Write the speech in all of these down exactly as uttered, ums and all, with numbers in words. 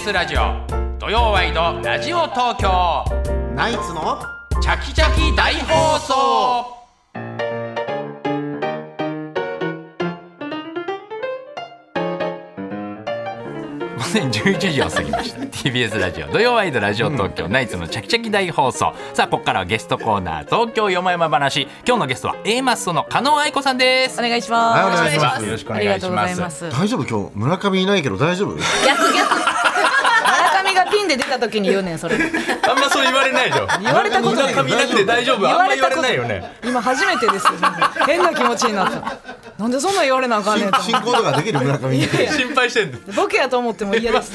ーエス ラジオ土曜ワイドラジオ東京ナイツのチャキチャキ大放送。午前じゅういちじを過ぎました。 ティービーエス ラジオ土曜ワイドラジオ東京、うん、ナイツのチャキチャキ大放送。さあここからはゲストコーナー東京よもやま話。今日のゲストは A マッソの加納愛子さんです。 お願いします。 はい、お願いします。 よろしくお願いします。 ます。 大丈夫？今日村上いないけど大丈夫？ 逆逆村上がピンで出た時に言うねんそれ。 あんまそれ言われないでしょ。 言われたことない。 村上いなくて大丈夫？あんま言われないよね。 今初めてですよ。変な気持ちになった。なんでそんな言われなあかんねんと。 進行とかできる村上に。 心配してんの。 ボケやと思っても嫌ですね。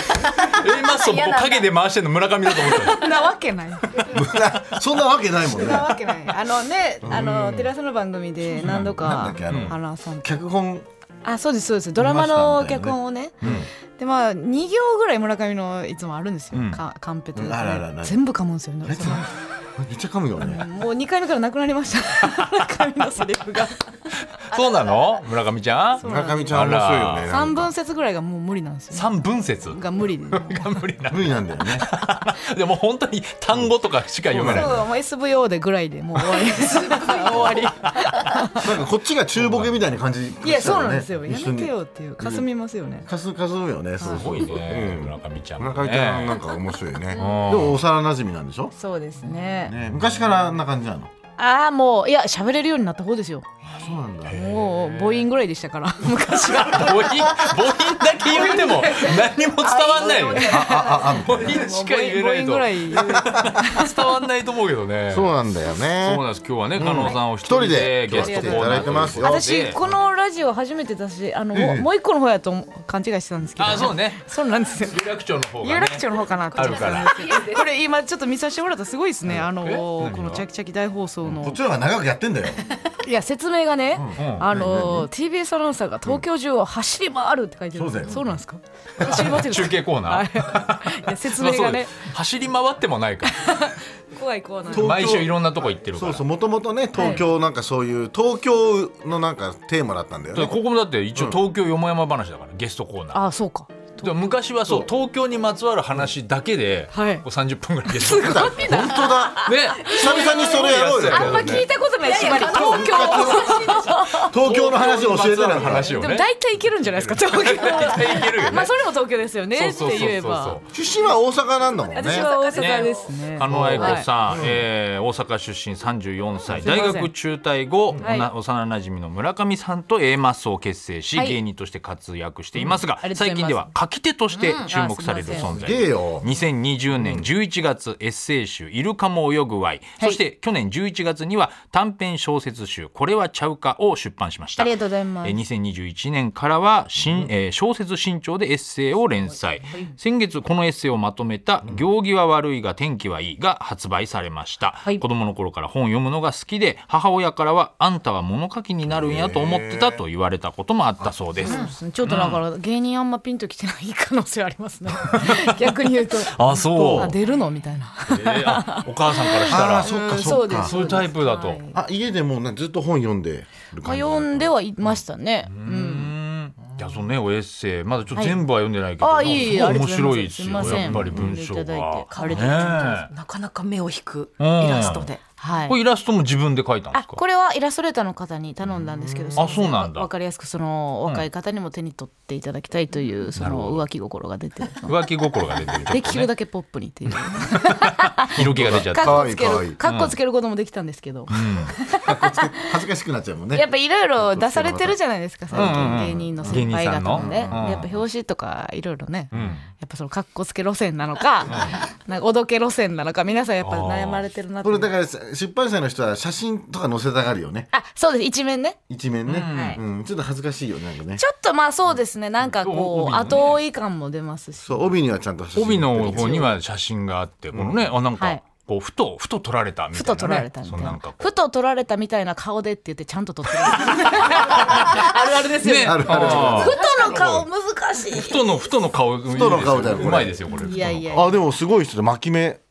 A マッソ影で回してんの村上だと思ってる。なわけない。 そんなわけないもんね。 そんなわけない。あのね、あのテレ朝の番組で何度か花さん脚本。 あ、そうですそうです。ドラマの脚本をね。でまあに行ぐらい村上のいつもあるんですよ。かカンペとか全部噛むんですよね。 めっちゃ噛むよね。 もうにかいめからなくなりました村上のセリフが。 そうなの？村上ちゃん？ 村上ちゃん面白いよね。 三分節ぐらいがもう無理なんですよ、ね。 三分節が無理で、ね、 無理な無理なんだよね。 でも本当に単語とかしか読めない。 そう、もう エスブイオー でぐらいでもう終わりです。終わり。なんかこっちが中ボケみたいな感じ、ね。 いやそうなんですよ。やめてよっていうかすみますよね。 かすかすむよね。 すごいね。村上ちゃん、ね。 村上ちゃんなんか面白いね。でも幼馴染なんでしょ？ そうですね。 ね、昔からあんな感じなの？ ああ、もういや喋れるようになった方ですよ。 そうなんだ。 もう母音ぐらいでしたから昔は。 母音母音だけ言っても何も伝わんないよね。母音しか言えないと伝わんないと思うけどね。 そうなんだよね。 そうなんです。今日はね、加納さんを一人でゲストコーナーということで。 私このラジオ初めてだし、あのもう一個の方やと勘違いしてたんですけど。 あ、そうね。 そうなんですよ。 有楽町の方がね。 有楽町の方かなって。あるから。これ今ちょっと見させてもらったらすごいですね。あのこのチャキチャキ大放送の。 こっちの方が長くやってんだよ。 いや説明がね、あの ティービーエス アナウンサーが東京中を走り回るって書いてるんですよ。そうなんですか？走り回ってる。 中継コーナー。 いや説明がね、 走り回ってもないから。 怖いコーナー。 毎週いろんなとこ行ってるから。 そうそう、もともとね東京なんかそういう東京のなんかテーマだったんだよね。 ここもだって一応東京よもやま話だからゲストコーナー。 あ、そうか。 でも昔はそう東京にまつわる話だけで、はい、こうさんじゅっぷんぐらいですごいな。本当だね。久々にそれやろうよ。 あんま聞いたことないし、東京東京の話を教えてる話をね。 でも大体いけるんじゃないですか東京。 大体いけるよね。 まあそれも東京ですよねって言えば。 出身は大阪なんだもんね。 私は大阪ですね。 加納愛子さん、えー、大阪出身さんじゅうよんさい、大学中退後、はい、幼なじみの村上さんと A マッソを結成し、はい、芸人として活躍していますが、うん、最近では書き手として注目される存在、うん、にせんにじゅうねんじゅういちがつエッセイ集イルカも泳ぐワイ、はい、そして去年じゅういちがつには短編小説集これはちゃうかを出版しました。 ありがとうございます。 にせんにじゅういちねんからは新、えー、小説新潮でエッセイを連載、はい、先月このエッセイをまとめた行儀は悪いが天気はいいが発売されました、はい、子供の頃から本を読むのが好きで母親からはあんたは物書きになるんやと思ってたと言われたこともあったそうです。 そうですね、ちょっとだから芸人あんまピンときてない可能性ありますね逆に言うとあ、そうあ出るのみたいな、 えー、あお母さんからしたらあそっかそっか、 そういうタイプだと、はい、 あ家でもう、ね、ずっと本読んでる感じ。 読んではいましたね。うん、 うんいやそのねおエッセイまだちょっと全部は読んでないけど、 はい、あいいすごい面白いですよやっぱり文章が、ね、 なかなか目を引くイラストで、 はい、 これイラストも自分で描いたんですか？ あこれはイラストレーターの方に頼んだんですけど、 あそうなんだ。 分かりやすくその若い方にも手に取っていただきたいというその浮気心が出てる浮気心が出てる、ね、 できるだけポップにっていう色気が出ちゃったかっこつけるかっこつけることもできたんですけど、うん、 恥ずかしくなっちゃうもんね。 やっぱいろいろ出されてるじゃないですか最近芸人の先輩方もね、うんうん、やっぱ表紙とかいろいろね、うん、やっぱそのかっこつけ路線なのか、うん、なんかおどけ路線なのか皆さんやっぱ悩まれてるなと。 これだから出版社の人は写真とか載せたがるよね。 あそうです一面ね一面ね、うんうん、ちょっと恥ずかしいよねなんかね。 ちょっとまあそうですね、なんかこう後追い感も出ますし、 そう帯にはちゃんと写真帯の方には写真があってこのね、うん、あなんか、はいこうふとふと撮られたみたいな、ね、ふと撮られたみたいなふと撮られたみたいな顔でって言ってちゃんと撮ってるあるあるですよね。 あるあるふとの顔難しい。 ふとのふとの顔ふとの顔だようまいですよこれ。 いやいやいやあでもすごい人で巻き目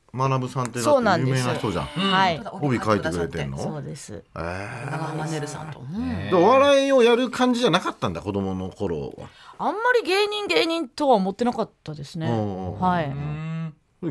学さんってそうなだって有んです名な人じゃん。 はい、 帯書いてくれてんの。 そうです。 えー、 長濱ねるさんと、 でお笑いをやる感じじゃなかったんだ子供の頃は。 あんまり芸人芸人とは思ってなかったですね。はい。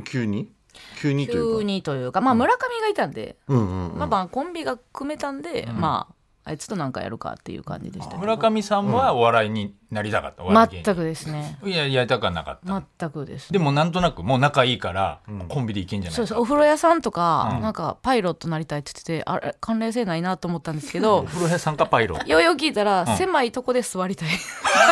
急に急にというか急にというか、まあ村上がいたんで、 うんうんうん、 まあまあコンビが組めたんで、うん、まああいつとなんかやるかっていう感じでした。 村上さんはお笑いになりたかった、 うん、全くですね。 いややりたくはなかった。 全くです、ね。 でもなんとなくもう仲いいからコンビでいけんじゃないか、うん、 そうそう、お風呂屋さんとか、うん、なんかパイロットなりたいって言ってて、あれ関連性ないなと思ったんですけどお風呂屋さんかパイロットようよう聞いたら、うん、狭いとこで座りたい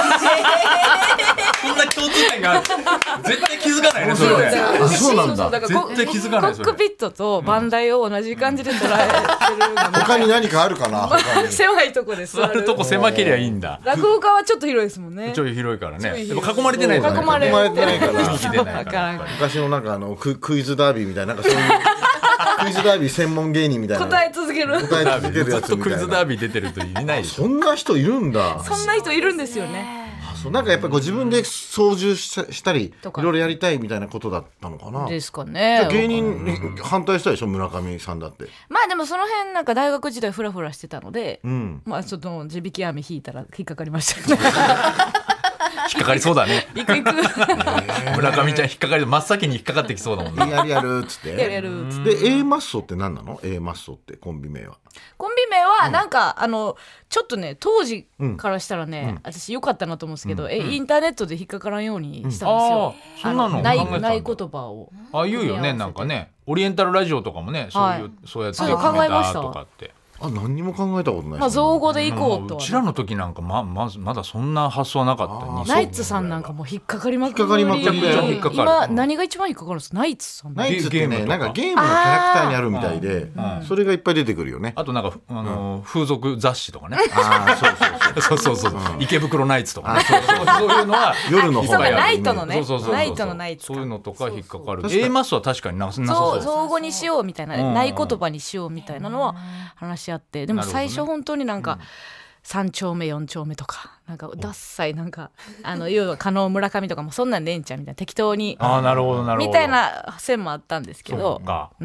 そんな共通点がある絶対気づかないねそれね。 あ、そうなんだ。 絶対気づかない。 コックピットとバンダイを同じ感じで捉えてる、うん、 他に何かあるかな狭いとこで座る座るとこ狭けりゃいいんだ。 落語家はちょっと広いですもんね。 ちょい広いからね。でも囲まれてないから囲まれてないから昔のなんかあの ク, クイズダービーみたいな、なんかそういうクイズダービー専門芸人みたいな答え続ける答え続けるやつみたいな。 ずっとクイズダービー出てる人いないでしょ。 そんな人いるんだ。 そんな人いるんですよね。 そう、なんかやっぱりご自分で操縦したりいろいろやりたいみたいなことだったのかな。 ですかね。 芸人に反対したでしょ村上さんだって。 まあでもその辺なんか大学時代フラフラしてたので、 うん、 まあちょっと地引き網引いたら引っかかりましたね引っかかりそうだね。 行く行く村上ちゃん引っかかり真っ先に引っかかってきそうだもんね。 やるやるっつってやるやるっつって。で A マッソって何なの？ A マッソってコンビ名は。 コンビ名はなんか、うん、あのちょっとね当時からしたらね、うん、私良かったなと思うんですけど、うん、えインターネットで引っかからんようにしたんですよ、 うん、そんなのないない言葉をあ言うよね。なんかねオリエンタルラジオとかもねそういう、はい、そうやって考えましたとかってあ何にも考えたことない、 まあ、造語でいこうとうちらの時なんか ま, ま, まだそんな発想はなかった。 ナイツさんなんかも引っかかりまくり引っかかりまくりで引っかかる。今何が一番引っかかるんですか？ナイツさん。 ナイツってねなんかゲームのキャラクターにあるみたいで、うん、それがいっぱい出てくるよね。 あとなんかあの、うん、風俗雑誌とかね。 あそうそうそうそうそうそう、うん、池袋ナイツとかね。そうそうそういうのは夜の方がナイトのね。 そうそうそうそうナイトのナイツそういうのとか引っかかる。A マスは確かになさそう。 造語にしようみたいな、うん、ない言葉にしようみたいなのは話し合って、でも最初本当になんか、うん、さん丁目よん丁目とかなんかダッサいなんかあの要は加納村上とかもそんなんでええんちゃうみたいな適当にあなるほどなるほどみたいな線もあったんですけど、 うん、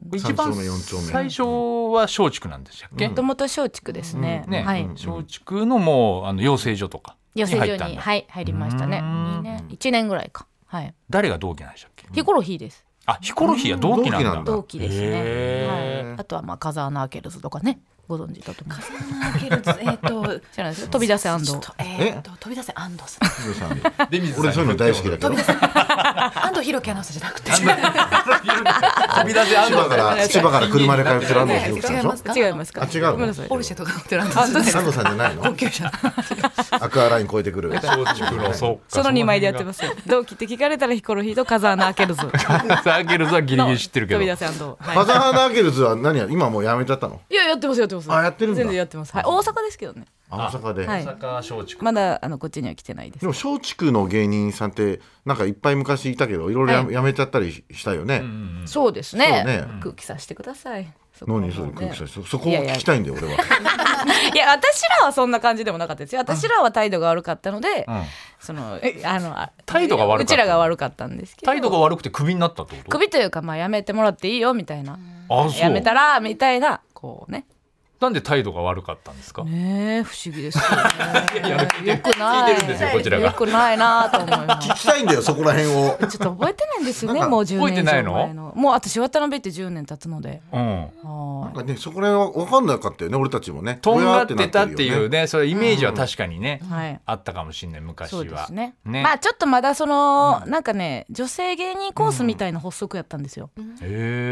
一番最初は松竹なんでしたっけ？ もともと松竹ですね。 うんねはい、 松竹のもうあの養成所とか養成所にはい入りましたね。にねんいちねんぐらいか。はい。 誰が同期なんでしたっけ？ ヒコロヒーです。 あヒコロヒーは同期なんだ。 同期ですね。はい。あとはまあ風穴アーケルズとかね。ご存知だと思います。 えっと知らないです。飛び出せ安藤。 えっと飛び出せ安藤さん。 俺そういうの大好きだけど。 安藤弘樹アナウンサーじゃなくて。 飛び出せ安藤から千葉から車で通ってる安藤弘樹さんでしょ。 違いますか？ あ違う。ごめんなさい。ポルシェとか乗ってる安藤さんじゃないの？ 高級車。 アクアライン越えてくる。 松竹のそのにまいでやってますよ。同期って聞かれたらヒコロヒーと風穴アーケルズ。 風穴アーケルズはギリギリ知ってるけど。 飛び出せ安藤。 風穴アーケルズは何や今もうやめちゃったの？ いややってますやってます。 あやってるんだ。 全然やってます。はい、大阪ですけどね。 大阪で。 大阪松竹。 まだあのこっちには来てないです。 でも松竹の芸人さんってなんかいっぱい昔いたけどいろいろや、はい、やめちゃったりしたよね。 うんうん、そうですね。ね空気させてください。 何それ空気させてそこを聞きたいんだよ俺は。 いや私らはそんな感じでもなかったですよ。私らは態度が悪かったので、うん、そのあの態度が悪かった。 うちらが悪かったんですけど。 態度が悪くてクビになったってこと？ クビというかまあやめてもらっていいよみたいな。 あそう。 やめたらみたいなこうね。 なんで態度が悪かったんですか？ ねえ不思議ですよね。 いやよくない聞いてるんですよこちらが。 よくないなと思います。 聞きたいんだよそこら辺を。 ちょっと覚えてないんですよねもうじゅうねん以上前の。 覚えてないの？ もう私渡辺ってじゅうねん経つので。 うん。 なんかねそこら辺は分かんなかったよね俺たちもね。 とんがってたっていうねそれイメージは確かにね、 うんはい、 あったかもしれない昔は。 そうですね。 ねまあちょっとまだその、うん、なんかね女性芸人コースみたいな発足やったんですよ。うん、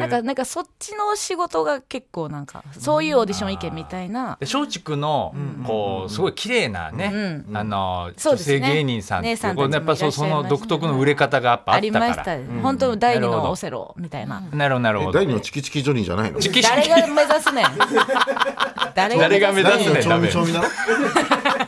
なんかなんかそっちの仕事が結構なんかそういうオーディション意見みたいな。 で松竹のこうすごい綺麗なね、うん、あの女性芸人さんってこうやっぱその独特の売れ方がやっぱあったから。ありました。 うん、本当第二のオセロみたいな。 なるほどなるほど。 第二のチキチキジョニーじゃないの？ 誰が目指すねん。 誰が目指すねん。 誰が目指すねん。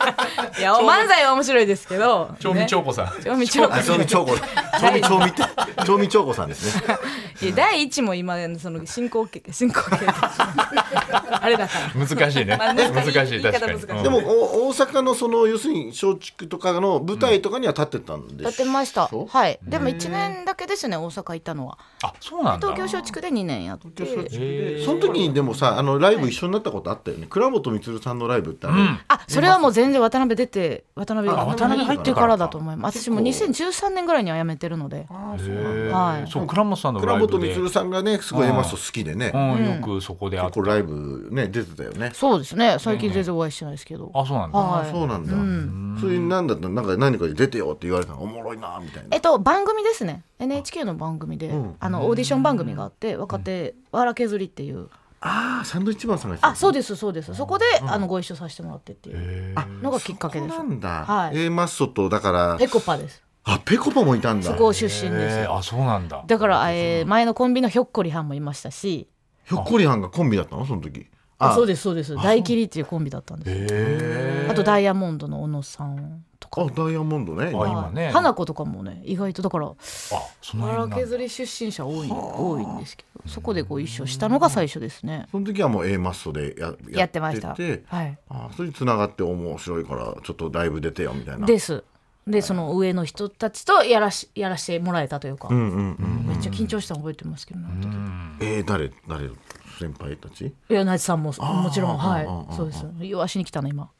いや漫才は面白いですけど調味長子さん調味長子あ調味長子調味調味って調味長子さんですね。 いやだいいちも今その進行形進行形あれだから難しいね、 まあ難しい言い方確かに難しいうんでもお大阪のその要するに松竹とかの舞台とかには立ってたんでしょ、 やってましたそうはいでもいちねんだけですね大阪行ったのはあそうなんだ東京松竹でにねんやって松竹でその時にでもさあのライブ一緒になったことあったよね。倉本充さんのライブってあれ、 うんあそれはもう全然渡辺出て渡辺あ渡辺入ってからからだと思います。私もにせんじゅうさんねんぐらいには辞めてるのでへーはいそう倉本さんのラ倉イブで本充さんがねすごいエマスト好きでね、 うんよくそこで会って結構ライブね出てたよね。 そうですね最近全然お会いしてないですけど、 あそうなんだ、 はいあそうなんだ、それなんだったらなんか何かで出てよって言われたのおもろいなみたいな。 えっと番組ですね エヌエイチケー の番組で、 んあのオーディション番組があって若手わら削りっていうああサンドイッチマンさんが言ってたあそうですそうですそこで、あのご一緒させてもらってっていうのがきっかけです。 そうなんだ、 はい A マッソとだからペコパですあペコパもいたんだ。 そこ出身ですへーあそうなんだだから、えー前のコンビのひょっこりはんもいましたしひょっこりはんがコンビだったのその時。 あそうでですそうです大キリっていうコンビだったんですあとダイヤモンドの小野さんとかあダイヤモンドね。 あ今ね花子とかもね意外とだからあそのわら辺なんだ削り出身者多い多いんですけどそこでご一緒したのが最初ですねその時はもう A マッソでややってましたてはいあそれに繋がって面白いからちょっとライブ出てよみたいな。 ですでその上の人たちとやらしやらしてもらえたというか、 うんうんうん。 めっちゃ緊張したの覚えてますけどねあの時えー、誰誰先輩たち。 いやナイツさんももちろんあはいーそうです言わしに来たの今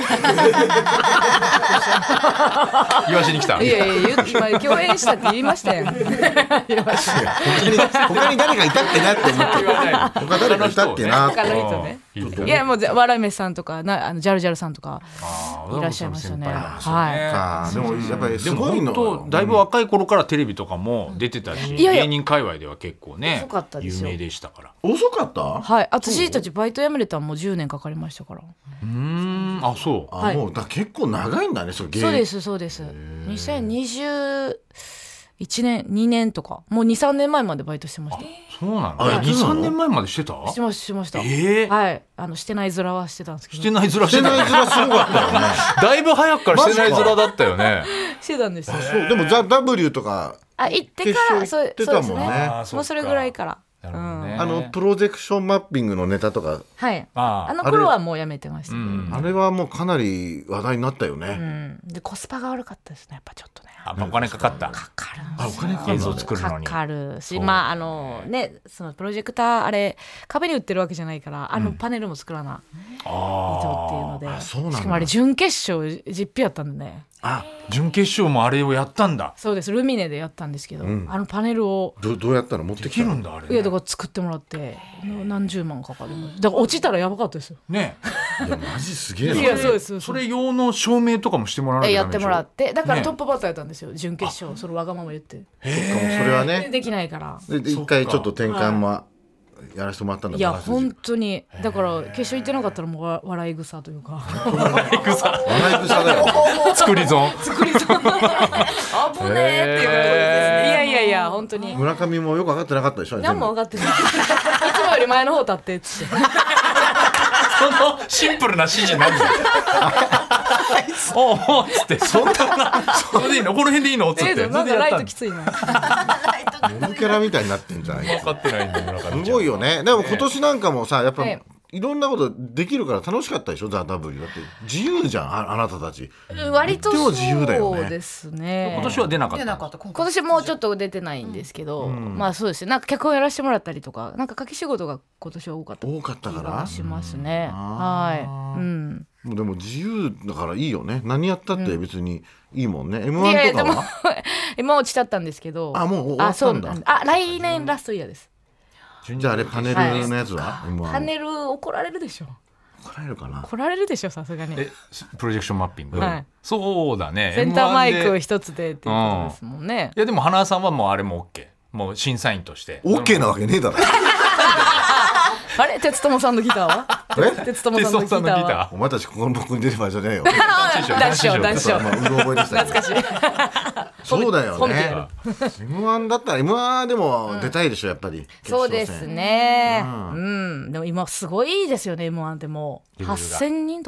言わしに来たいやいや言う今共演したって言いましたよ言わし他に他に誰かいたっけなって思って。 言わないの他誰かいたっけなって。 他の人ねうんいいねいやもうわらめさんとかなあのジャルジャルさんとかあーいらっしゃいましたね先輩なんですよねはいあーでもやっぱりすでもごいの。 本当だいぶ若い頃からテレビとかも出てたし、 いやいや芸人界隈では結構ね遅かったですよ有名でしたから遅かった。 はい私たちバイト辞めれたのもうじゅうねんかかりましたからうーんあそうあ、 はいもうだ結構長いんだねそれ芸そうですそうですにせんにじゅういちねんにねんとかもうにさんねんまえまでバイトしてましたそうなんだあやってたのにさんねんまえまでしてたしてましたしてました、 えーはいあのしてない面はしてたんですけどしてない面ししててたない面すごかったよね。 だいぶ早くからしてない面だったよねしてたんですよそうでもザ・ W とかあ行ってから決勝行ってそうそうですねたもんねあーそうかもうそれぐらいからなるほどねあのプロジェクションマッピングのネタとかはいああの頃はもうやめてましたけど、 うんあれはもうかなり話題になったよね。 うんでコスパが悪かったですねやっぱちょっとねあお金かかったかかるんあおですよ金かかるの映像作るのにかかるしまああのねそのプロジェクターあれ壁に売ってるわけじゃないからあのパネルも作らないとっていうので、 あそうなんだしかもあれ準決勝実費やったんでねあ準決勝もあれをやったんだそうですルミネでやったんですけど、 んあのパネルをどどうやったら持ってできたのきるんだあれ、ね、 いやだから作ってもらって何十万かかるだから落ちたらやばかったですよねいやマジすげえいな。 やそうですそれ用の証明とかもしてもらわなきゃダメでしょやってもらってだからねトップバッターやったんですよ、準決勝それわがまま言ってそっかもうそれはねできないからでで一回ちょっと転換もやらせてもらったんだいやバランス本当にだから決勝行ってなかったらもうわ笑い草というか笑い草だよ。 作り損作りそう危ねえっていうことですねいやいやいや本当に村上もよく分かってなかったでしょ。 何も分かってないいつもより前の方立ってっつってそのシンプルな指示なんだよおうおうっつってそんなそれでいいのこの辺でいいのっつってえー、なんかライトきついなモブキャラみたいになってんじゃない。 分かってないんだよ村上ちゃんすごいよね。でも今年なんかもさやっぱ、 はいいろんなことできるから楽しかったでしょザ・ W だって自由じゃん あ, あなたたち。 割とでも自由だよねそうですね今年は出なかった出なかった今今年もうちょっと出てないんですけど、まあそうですねなんか脚本やらせてもらったりとかなんか書き仕事が今年は多かった多かったから気がしますねあはいうんもうでも自由だからいいよね。何やったって別にいいもんね、エムワンいやいやでもとかは今落ちちゃったんですけどあもう終わったんだあそうあ来年ラストイヤーですじゃああれパネルのやつは、エムワンパネル怒られるでしょ怒られるかな。 怒られるでしょさすがにえプロジェクションマッピング、 はいそうだねセンターマイエムワン でク一つでっていうことですもんねいやでも花さんはもうあれも OK もう審査員として OK なわけねえだろ。 あれ鉄友さんのギターはえ鉄友さんのギター鉄友さんのギタはお前たちここの僕に出てる場合じゃねえよ。 ダッシュダッシュまあうろ覚えでしたけど。 懐かしいそうだよ褒めてやねる。 エムワン だったら エムワン でも出たいでしょやっぱり。 そうです決勝戦。 ねうんでも今すごいですよね エムワン ってもうはっせんにんとか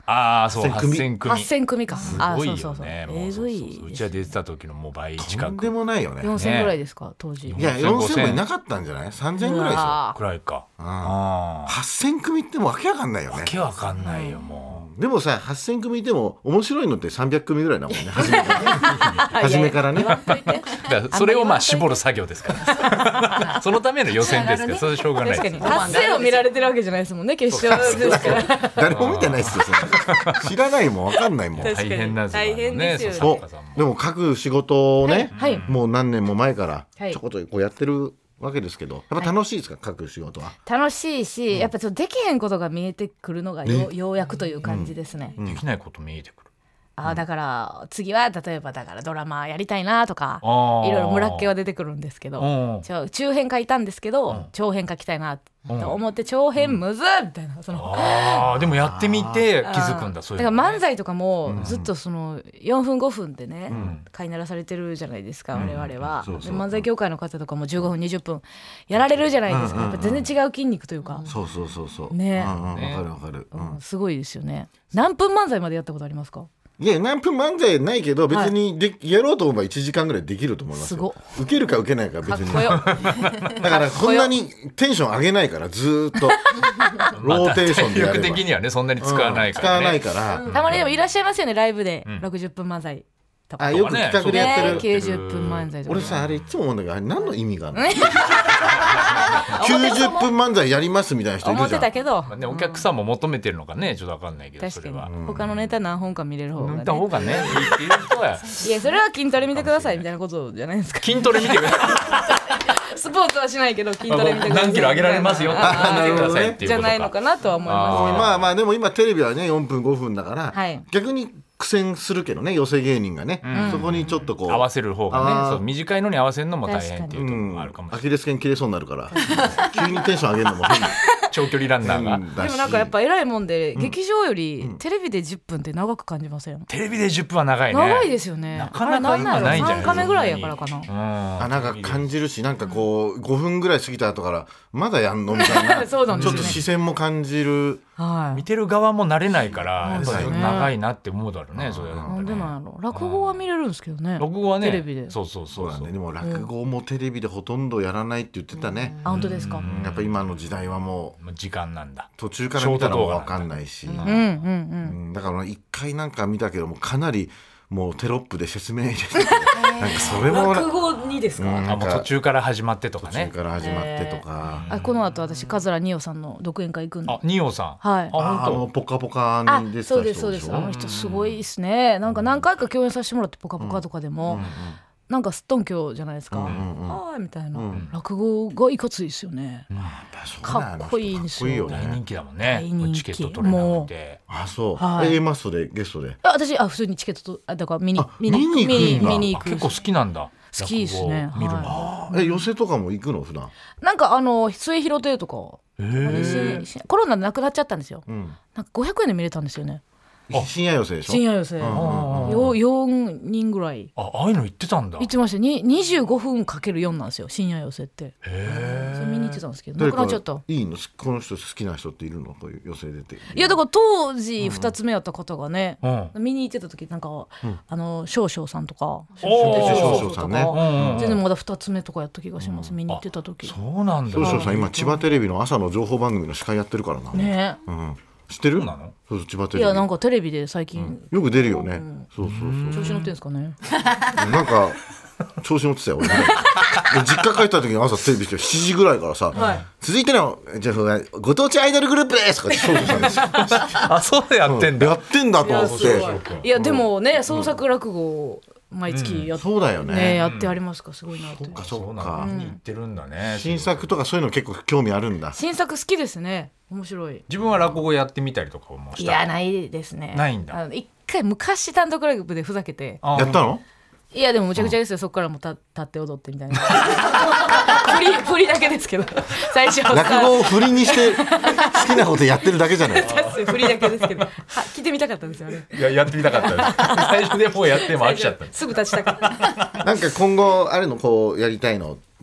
ああそうはっせん組はっせん組か。 すごいよね。 あそうそうそうもうそうそうそううちは出てた時のもう倍近とんくでもないよね。 よんせんぐらいですか当時。 いやよんせんもいなかったんじゃない？さんぜんぐらいでしょ。 くらいか。あはっせん組ってもうわけわかんないよね。 わけわかんないよもう。 でもさはっせん組いても面白いのってさんびゃく組ぐらいだもんね。初めから初めからね。 だからそれをまあ絞る作業ですからそのための予選ですからそれでしょうがないです。 確かにはっせんを見られてるわけじゃないですもんね決勝ですから。 誰も見てないですよ。知らないもんわかんないもん。 大変なんですよね。 大変ですよねそうでも各仕事をね、 はいはいもう何年も前からはいちょこっとこうやってるわけですけど、やっぱ楽しいですか、各仕事は。 楽しいし、やっぱちょっとできへんことが見えてくるのがよ,、ようやくという感じですね。 できないこと見えてくる。 あだから次は例えばだからドラマやりたいなとかいあーろいろ村っ気は出てくるんですけど、 うんちょ中編書いたんですけど、長編書きたいなと思って長編むずっみたいなその。 ああでもやってみて気づくんだそういうだのね。 から漫才とかもずっとそのよんぷんごふんでね、飼いならされてるじゃないですか、我々は。 そうそうで漫才協会の方とかもじゅうごふんにじゅっぷんやられるじゃないですか。やっぱ全然違う筋肉というか、 そうそうそうそう。 ねうんうんわかるわかる。うんうんすごいですよね。何分漫才までやったことありますか？ いや何分漫才ないけど別にで、やろうと思えばいちじかんぐらいできると思いますよ。 すごっ受けるか受けないかは別に。 かっこよ。 だからこんなにテンション上げないからずーっとローテーションでやれば。 体力的にはねそんなに使わないからね。 使わないから。 たまにでもいらっしゃいますよねライブでろくじゅっぷん漫才とか。 あよく企画でやってねる。 きゅうじゅっぷん漫才とか。 俺さあれいつも思うんだけどあれ何の意味があるのきゅうじゅっぷん漫才やりますみたいな人い思ってるじゃん。 たけど、 まあねお客さんも求めてるのかねちょっとわかんないけどそ確れは。 かに他のネタ何本か見れる方が見ね。 た方がねいいっていう人はいやそれは筋トレ見てくださいみたいなことじゃないですか。 筋トレ見てください。 スポーツはしないけど筋トレ見てください。 何キロ上げられますよってあ見てくださいっていうことか。 じゃないのかなとは思いますけど。 まあまあでも今テレビはねよんぷんごふんだから、 はい逆に苦戦するけどね寄せ芸人がね、そこにちょっとこう合わせる方がねあーそう短いのに合わせるのも大変っていうところもあるかもしれない。 アキレス腱切れそうになるから急にテンション上げるのも変長距離ランナーがだしでもなんかやっぱ偉いもんで、劇場よりテレビでじゅっぷんって長く感じません？ テレビでじゅっぷんは長いね。 長いですよね。 なかなか今ないんじゃないさんカメぐらいやからかな。 うんあなんか感じるしなんかこうごふんぐらい過ぎた後からまだやんのみたいなそうなんですよねちょっと視線も感じる。 はい。 見てる側も慣れないからやっぱりそうですね長いなって思うだろうねそれはなんでなんやろ。落語は見れるんですけどね。 録語はねテレビで。 そうそうそそうそううだね。でも落語もテレビでほとんどやらないって言ってたね、 あ本当ですか。 やっぱ今の時代はもうもう時間なんだ。 途中から見たらもう分かんないし、 うんうんうん。 うんだから一回なんか見たけどもかなりもうテロップで説明入れてなんかそれも落語にですか？ うんあもう途中から始まってとかね途中。から始まってとか、 あこの後私桂二葉さんの独演会行くんで。 あニオさん。 はい。 ああの本ポカポカあに出てた人そうですそうです。あの人すごいですね。なんか何回か共演させてもらってポカポカとかでも、なんかすっとんきょうじゃないですか。ああみたいな、落語がいかついですよね。かっこいいんですよ当。大かっこいいよね。 人気だもんね。 大人気チケット取れなくて。 あそう、 はいえ A マストでゲストであ私あ普通にチケットとあだから見にあ見に見に行くんだ見に行くあ結構好きなんだ。 好きですね落語を見るの。 はえ寄せとかも行くの普段。 なんかあの末広亭とかへえ。 ししコロナでなくなっちゃったんですよ。 うんなんかごひゃくえんで見れたんですよね。 深夜寄せでしょ。 深夜寄せ、よよんにんぐらいあああいうの言ってたんだ。 行ってました。ににじゅうごふんかけるよんなんですよ深夜寄せって。 へえ。 それ見に行ってたんですけどな誰かくなっちゃった。 いいのこの人好きな人っているのこういう寄せ出て。 いやだから当時ふたつめやった方がね、 うん。 見に行ってた時なんか、あの少々さんとかおー少々さんねうん全然まだふたつめとかやった気がします、見に行ってた時。 そうなんだ。 少々さん今千葉テレビの朝の情報番組の司会やってるからな。 ねうん、知ってる？ そうなの？ そうそう千葉テレビ。 いやなんかテレビで最近、 よく出るよね。そうそうそう。 調子乗ってんですかね。 なんか調子乗ってたよ俺ね。で実家帰った時に朝テレビ来てしちじぐらいからさ、続いてのじゃあご当地アイドルグループですとか少々さんですよ。 あそうやってんだ。 やってんだと思って。 いやでもね創作落語を毎月やっ,、 そうだよね。 ねやってありますからすごいなって。 あそうそうなか。 んだ。言ってるんだね。 新作とかそういうの結構興味あるんだ。 新作好きですね。面白い。 自分は落語やってみたりとかもした。 いやないですね。 ないんだあの一回昔単独ライブでふざけて、 あやったの？ いやでもむちゃくちゃですよ、そこからもた立って踊ってみたいな振り振りだけですけど最初は落語を振りにして好きなことやってるだけじゃない。 振りだけですけどは聞いてみたかったんですよね。 いややってみたかったです最初でもうやっても飽きちゃった。 すぐ立ちたかった。 なんか今後あるのこうやりたいの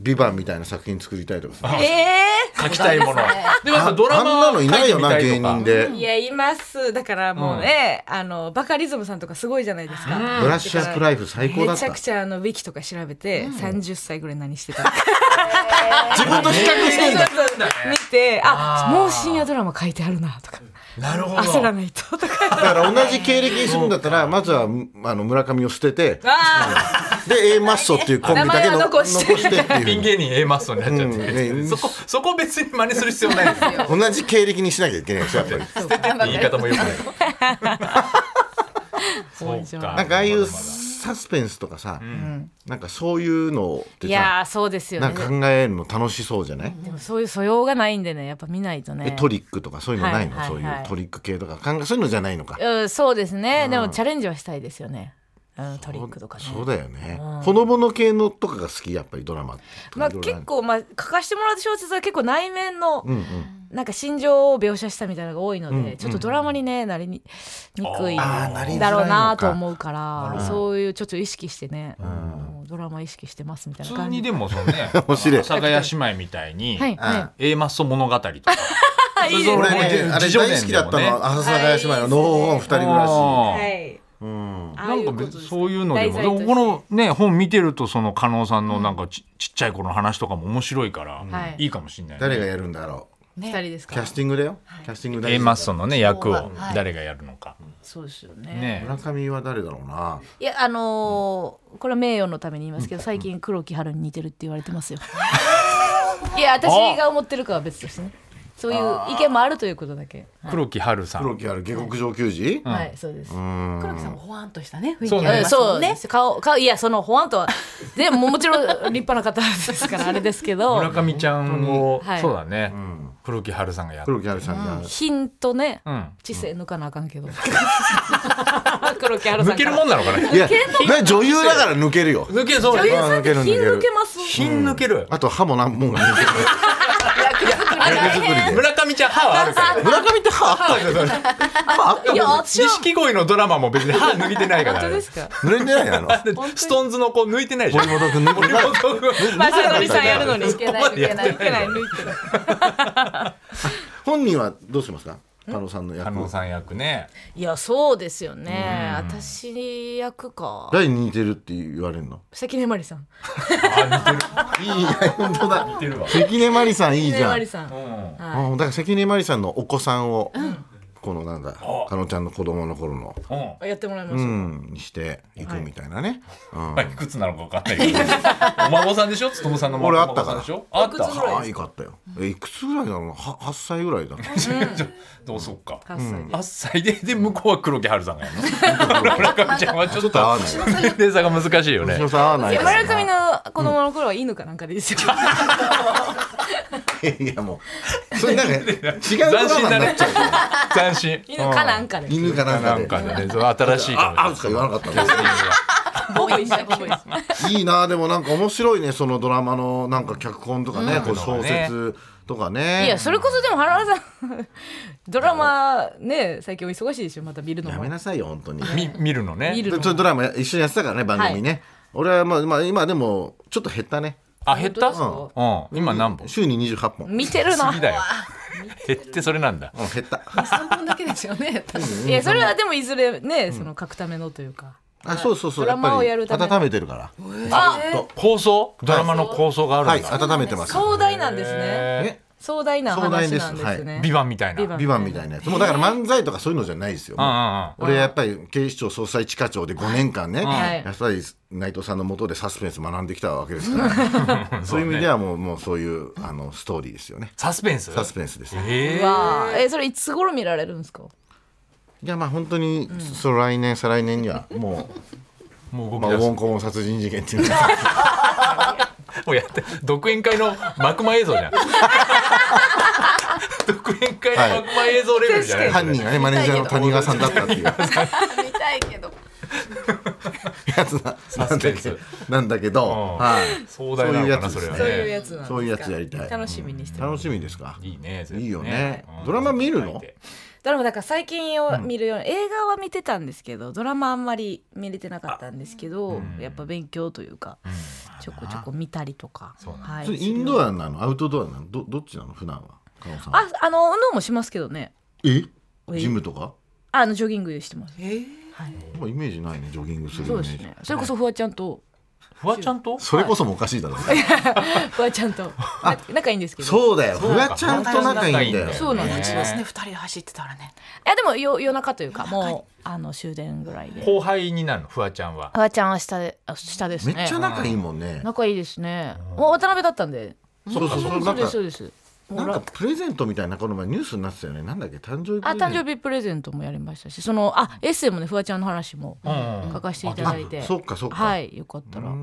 ビバンみたいな作品作りたいとかさ、 え書きたいものでもやっぱドラあんなマのいないよな芸書いてみたいとか人でー、いやいますだからもうね、あのバカリズムさんとかすごいじゃないですか、 ブラッシュアップライフ最高だっためちゃくちゃあのウィキとか調べて、さんじゅっさいぐらい何してたか自分と比較してんだ見て、あもう深夜ドラマ書いてあるなとか、 なるほ焦らないととかだから同じ経歴にするんだったらまずはあの村上を捨ててあで A マッソっていうコンビだけの名前は残して残してっていうピン芸人 A マッソになっちゃって、 うんねそこそこ別に真似する必要ないですよ同じ経歴にしなきゃいけないですよやっぱり言い方もよくないそうかなんかああいうサスペンスとかさ、なんかそういうのってさいやーそうですよねなんか考えるの楽しそうじゃない、 でもそういう素養がないんでねやっぱ見ないとえねトリックとかそういうのないの、 はいはいそういうはいトリック系とか考えそういうのじゃないのか、 うんそうですね、でもチャレンジはしたいですよね、うん、トリックとかねそうだよね、ほのぼの系のとかが好きやっぱりドラマとかまあ、 いろいろある結構、まあ、書かせてもらった小説は結構内面の、 うんうんなんか心情を描写したみたいなのが多いので、ちょっとドラマにねなりににくいあーなりづらいのかだろうなと思うからそういうちょっと意識してね、もうドラマ意識してますみたいな普通に感じでもそのね面白い阿佐ヶ谷姉妹みたいに、 はいは A マッソ物語とかいいいです俺ねねあれ大好きだったの阿佐ヶ谷姉妹ののほほん二人暮らし、 はいうんああないんかうことですそういうので題材としてもこのね本見てるとその加納さんのなんかち,、ちっちゃい頃の話とかも面白いから、 はいいいかもしれない、ね、 誰がやるんだろ二人ですかうキャスティングだよ、キャスティングだ A マッソのね役をはい誰がやるのか、 そうですよねね村上は誰だろうな、 いやあのーこれは名誉のために言いますけど最近黒木華に似てるって言われてますよいや私が思ってるかは別としてねそういう意見もあるということだけ黒木華さん黒木ある下克上球児、 はいそうです黒木さんもほわんとしたね雰囲気そうねありますもねそうんです顔顔いやそのほわんとはでももちろん立派な方ですからあれですけど村上ちゃんを、 はいそうだね、黒木華さんがやって黒木あるさんが、 ヒントね、 うん知性抜かなあかんけど黒木華さんから抜けるもんなのかないやね女優だから抜けるよ抜けそう女優ねさんって品抜けます品抜ける、 あと歯も何本か抜ける役作りで村上ちゃん歯はあるから村上って歯あったいや私は錦鯉のドラマも別に歯抜いてないから本当ですか濡れてないのストーンズの子抜いてないじゃん森本君抜いてない森本君まあそれのりさんやるのに抜けない抜けない抜けない抜いてる本人はどうしますか加納さんの役加納さん役ねいやそうですよね私役か誰に似てるって言われるの関根麻里さんいいや本当だ似てるわ関根麻里さんいいじゃん関根麻里さんうんあだから関根麻里さんのお子さんを、このなんだ加納ちゃんの子供の頃のうんやってもらいまうすんにしていくみたいなね、うんまあいくつなのか分かんないけどお孫さんでしょつとむさんの俺あったからお孫さんでしょあったいくつぐらい可愛かったよえいくつぐらいだろうなははっさいぐらいだどうそっかはっさいではっさいでで向こうは黒木華さんがやるの村上ちゃんはちょっとちょっと合わない年齢差が難しいよね星野さん合わないいやから村上の子供の頃は犬かなんかでいいですよいやもうそれなんか違うドラマになっちゃうから斬新犬かなんかで犬かなんかでなんかねそう新しいかもしれないああしか言わなかったんですボーイしたボーイいいなでもなんか面白いねそのドラマのなんか脚本とかね、こう小説とかねいやそれこそでも原田さんドラマね最近お忙しいでしょまた見るのもやめなさいよ本当にみ見るのね見るでちょっとドラマ一緒にやってたからね番組ね、俺はまあ、まあ、今でもちょっと減ったねあ減った本うん今何本週ににじゅうはっぽん、うん、 見てるな次だよ減ってそれなんだ減ったさんぼんだけですよねいやそれはでもいずれねその書くためのというかあそうそうそうドラマをやるためっぱり温めてるからあ構想ドラマの構想があるんだはい温めてます壮大なんですねえ壮大な話なんですねビバンみたいなビバンビバンみたいなやつもうだから漫才とかそういうのじゃないですよ、 うんうんうん俺やっぱり警視庁捜査一課長でごねんかんね、 はいやっぱり内藤さんの下でサスペンス学んできたわけですからそういう意味ではもうもうそういうあのストーリーですよねサスペンスサスペンスです、 えうわーえそれいつ頃見られるんですかいやまあ本当に、その来年再来年にはもー、もうう、まあ、 動き出すウォンコモン殺人事件っていうのもうやって独演会の幕間映像じゃん独演会の幕間映像レベルじゃない、 犯人がねマネージャーの谷川さんだったっていうや見たいけどつなサスペンスなんだけど、 うんはい、 壮大なのかなそういうやつですねそういうやつなんですかそういうやつやりたい楽しみにしてます楽しみですかいいねそれいいよねドラマ見るのドラマだから最近を見るような、うん、映画は見てたんですけどドラマあんまり見れてなかったんですけど、うん、やっぱ勉強というか、うん、ちょこちょこ見たりとか、 はい、それインドアなのアウトドアなの ど, どっちなの普段はああの運動もしますけどね。 えジムとかあのジョギングしてます。えーはい、まあイメージないねジョギングするイメージ。そうですね。 それこそフワちゃんとフワちゃんとそれこそもおかしいだろう、 はい、フワちゃんと仲いいんですけど。 そうだよフワちゃんと仲いいんだよ。 そうなんですね。二人で走ってたらね。 いやでもよ夜中というかもうあの終電ぐらいで後輩になるのフワちゃんは。 フワちゃんは下で下ですね。 めっちゃ仲いいもんね。 仲いいですね。もう渡辺だったんで。 そうそうそうそうですそうです。 なんかプレゼントみたいなこの前ニュースになってたよね。なんだっけ誕生日プレゼント。あ誕生日プレゼントもやりましたしそのあエッセイもねフワちゃんの話も書かせていただいて、 そうかそうかはいよかったらうん、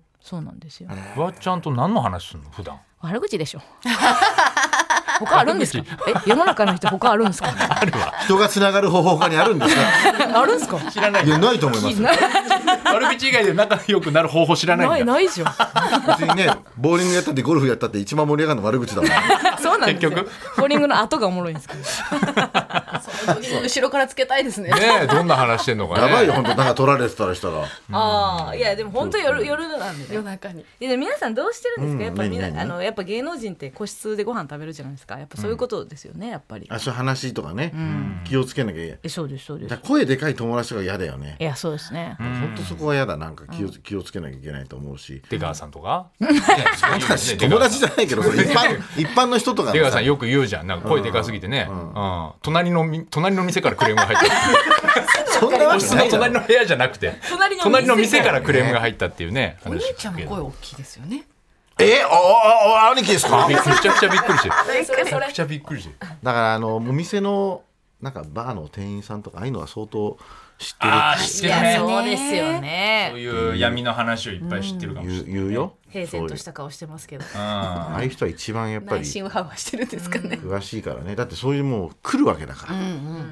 そうなんですよ。 フワちゃんと何の話するの普段。 悪口でしょ他あるんですか。え世の中の人他あるんですか。 あるわ。 人がつながる方法他にあるんですか。 あるんですか。 知らない。 いやないと思います。 悪口以外で仲良くなる方法知らないんだ。 ないないじゃん。 別にねボーリングやったってゴルフやったって一番盛り上がるの悪口だもん。 そうなんですよ。 結局ボーリングの後がおもろいんですけど。 後ろからつけたいですね。 ねえどんな話してんのかね。 やばいよ本当なんか取られてたらしたら。 ああいやでも本当夜夜なんでね。 夜中に。 で皆さんどうしてるんですか。やっぱりみんうんなあのやっぱ芸能人って個室でご飯食べるじゃないですか。やっぱそういうことですよねやっぱり。 あそういう話とかね、うん、気をつけなきゃいけない。 えそうですそうです。 声でかい友達とか嫌だよね。 いやそうですね。 本当そこは嫌だなんか気を、うん、気をつけなきゃいけないと思うし。 出川さんとか。 友達じゃないけどそれ一般一般の人とか。 出川さんよく言うじゃんなんか声でかすぎてね。うんうんうん、隣の隣の店からクレームが入った。 そんなわけない。 隣の部屋じゃなくて隣の店からクレームが入ったっていうね。 お兄ちゃんも声大きいですよね。 えおおお兄貴ですか。 めちゃくちゃびっくりしてる。めちゃくちゃびっくりしてる。 だからあのお店のなんかバーの店員さんとかああいうのは相当知ってる。 あー知ってるね。 そうですよね。 そういう闇の話をいっぱい知ってるかもしれない。 言うよ。 平然とした顔してますけど。 ああいう人は一番やっぱり内心ハワしてるんですかね。 詳しいからね。だってそういうもう来るわけだから。うんうん、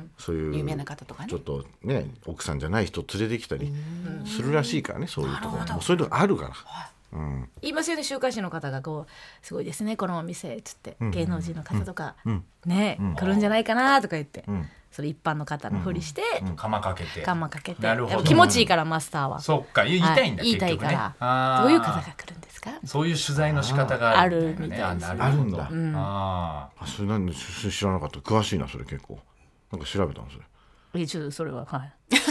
そういう有名な方とかね。 ちょっとね奥さんじゃない人連れてきたりするらしいからね。そういうところもそういうのがあるから。うん、 言いますよね週刊誌の方がこうすごいですねこのお店っつって、うん、芸能人の方とか、うん、ね、うん、来るんじゃないかなとか言って、うん、それ一般の方のふりして、 うんうん、釜かけて釜かけてなるほど気持ちいいからマスターはそっか言いたいんだ、 はい、言いたいからどういう方が来るんですかそういう取材の仕方があるみたいな、ね、 あるんだ、 うん、 ああそれなんで知らなかった詳しいなそれ結構なんか調べたのそれえちょっとそれははい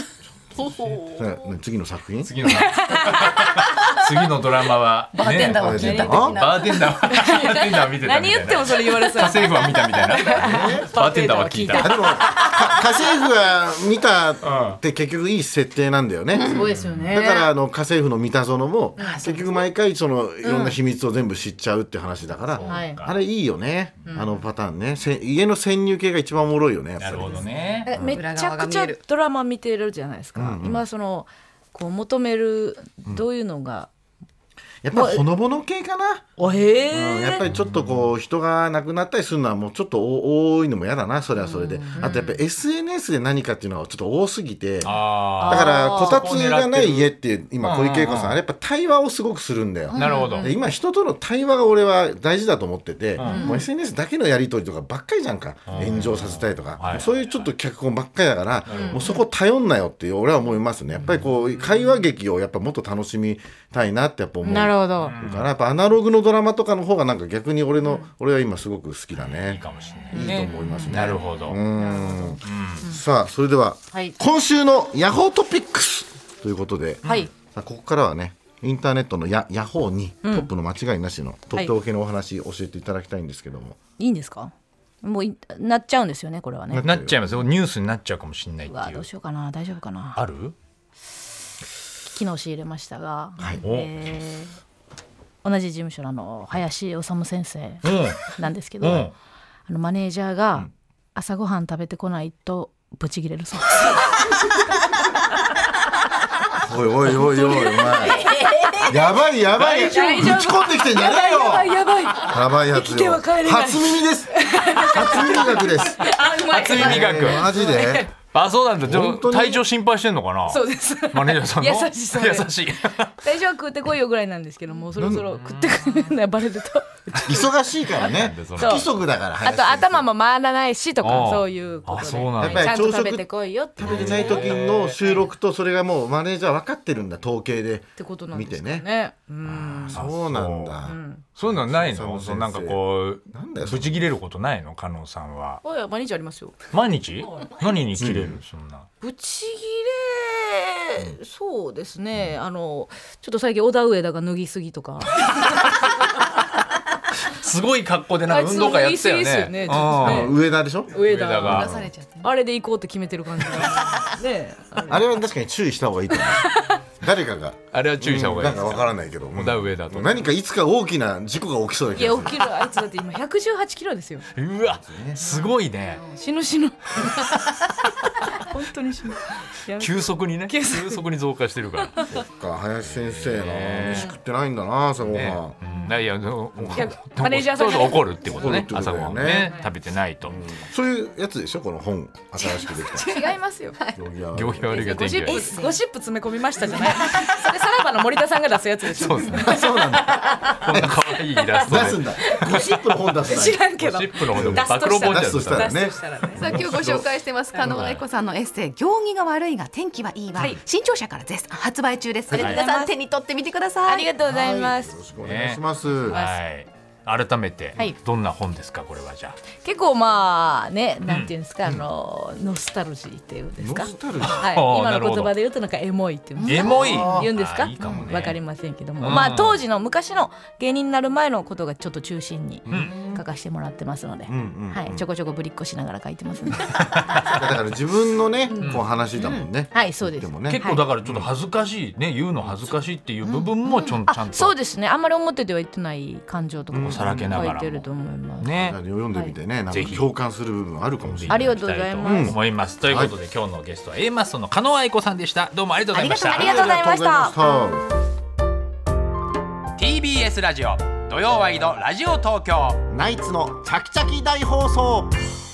次の作品次の次のドラマは、 ね、バーテンダーは聞いた的なバーテンダーはバーテンダーは見てたみたいな何言ってもそれ言われそう家政婦は見たみたいなバーテンダーは聞いたでも家政婦は見たって結局いい設定なんだよね、 そうですよねだからあの家政婦の三田園も結局毎回そのいろんな秘密を全部知っちゃうって話だから、うん、あれいいよね、うん、あのパターンね家の潜入系が一番おもろいよねやっぱり。 なるほどねめちゃくちゃドラマ見てるじゃないですか、うんうん、今そのこう求めるどういうのが、 やっぱほのぼの系かな、 おへうん、やっぱりちょっとこう人が亡くなったりするのはもうちょっと多いのも嫌だなそれはそれで、うん、あとやっぱり エスエヌエス で何かっていうのがちょっと多すぎて、あだからこたつがない家っていう今小池栄子さんあれやっぱ対話をすごくするんだよ、 なるほど。 で今人との対話が俺は大事だと思ってて、うん、もう エスエヌエス だけのやり取りとかばっかりじゃんか、うん、炎上させたりとか、はい、そういうちょっと脚本ばっかりだから、うん、もうそこ頼んなよって俺は思いますね。やっぱりこう会話劇をやっぱもっと楽しみたいなってやっぱ思う。 なるほど。 やっぱアナログのドラマとかの方がなんか逆に俺の、うん、俺は今すごく好きだね。 いいかもしれない。 いいと思いますね。 なるほど。 うん、うん、さあそれでは、はい、今週のヤホートピックスということで、はい、さあここからはねインターネットのヤヤホーにトップの間違いなしの、うん、とっておきのお話教えていただきたいんですけども、はい、 いいんですか？もうなっちゃうんですよねこれはね。 なっちゃいますよ。ニュースになっちゃうかもしれないっていう。うわどうしようかな大丈夫かな。 ある？ 昨日仕入れましたが、 はい、 えー同じ事務所のあの林修先生なんですけど、うん、あのマネージャーが朝ごはん食べてこないとブチギレるそうですおいおいおいおいお前やばいやばい打ち込んできてんじゃねえよ。 やばいやばいやばいやつよ。初耳です初耳学です。 初耳学マジであ、そうなんだ。じゃあ本当に体調心配してんのかな。 そうですマネージャーさんの優しいそれ優しい最初は食ってこいよぐらいなんですけども、そろそろ食ってくるのバレると忙しいからね、不規則だから。 あと頭も回らないしとか、 ああそういうことで、 あ、そうなんだ。 ちゃんと食べてこいよって食べてない時の収録と、それがもうマネージャー分かってるんだ、統計でってことなん見てですかね。 ね。 うんそうなんだ。 そういうのないの？ そうそうそうなんかこうなんだよブチ切れることないの？加納さんは。 おい毎日ありますよ。 毎日？何に切れる？そんな。 ブチギレ、そうですね、あのちょっと最近小田上田が脱ぎすぎとかすごい格好でなんか運動会やってたよあいつ脱ぎすぎですよねちょっとねあ上田でしょ。 上田上田が出されちゃってね。 あれで行こうって決めてる感じがねあれは確かに注意した方がいいと思う。誰かがあれは注意した方がいいですか？ なんかわからないけど、 小田上田と何かいつか大きな事故が起きそうだいけど。 や起きる、あいつだって今ひゃくじゅうはちキロですよ。 うわすごいね。 死ぬ死ぬ本当に死ぬ。やめて急速にね急急速速に増加してるからそっか、林先生な、 ね飯食ってないんだな、朝ごはん。 ね、うん、いやでもいやマネージャーさんがねそうそう怒るってことね。 怒るってこと朝ごはんだよねね食べてないと。 そういうやつでしょ、この本新しくできた。 違いますよ。 行儀悪いがゴシッ天気がいい。 プゴシップ詰め込みましたじゃない。それさらばの森田さんが出すやつでしょ。 そうですね。そうなんだ。こんな可愛いイラストで。 出すんだ。ゴシップの本出すんだ。 知らんけど。 ゴシップの方でも出す暴露本じゃ出すとしたらね出すとしたらね。 さあ今日ご紹介してます加納愛子さんのエッセイ行儀が悪いが天気はいいわ、 はい新潮社から絶賛発売中です。 はい皆さん手に取ってみてください。 ありがとうございます。 よろしくお願いします。 はい。改めて、 はいどんな本ですかこれは。じゃあ結構まあね、なんていうんですか、あのノスタルジーっていうんですか。 ノスタルジー。 はい、 あー今なるほどの言葉で言うとなんかエモいっていうんですか。 エモい言うんですか。 あーいいかもねわかりませんけども、 うんまあ当時の昔の芸人になる前のことがちょっと中心にん書かせてもらってますので、 うんうんうんはい、ちょこちょこぶりっこしながら書いてますね。 だから自分のね、こう話だもんね。 はい、そうですで。もね。 結構だからちょっと恥ずかしいね、言うの恥ずかしいっていう部分もちょんちゃんあ、 とそうですね。あんまり表では言ってない感情とかもさらけながらも書いてると思います。 ね。 読んでみてね、なんかぜひ共感する部分あるかもしれない。 ありがとうございます。 思います。ということで、今日のゲストは A マッソの加納愛子さんでした。どうもありがとうございました。 ありがとうございましたありがとうございましティービーエス ラジオ土曜ワイドラジオ東京。 た。ナイツのチャキチャキ大放送。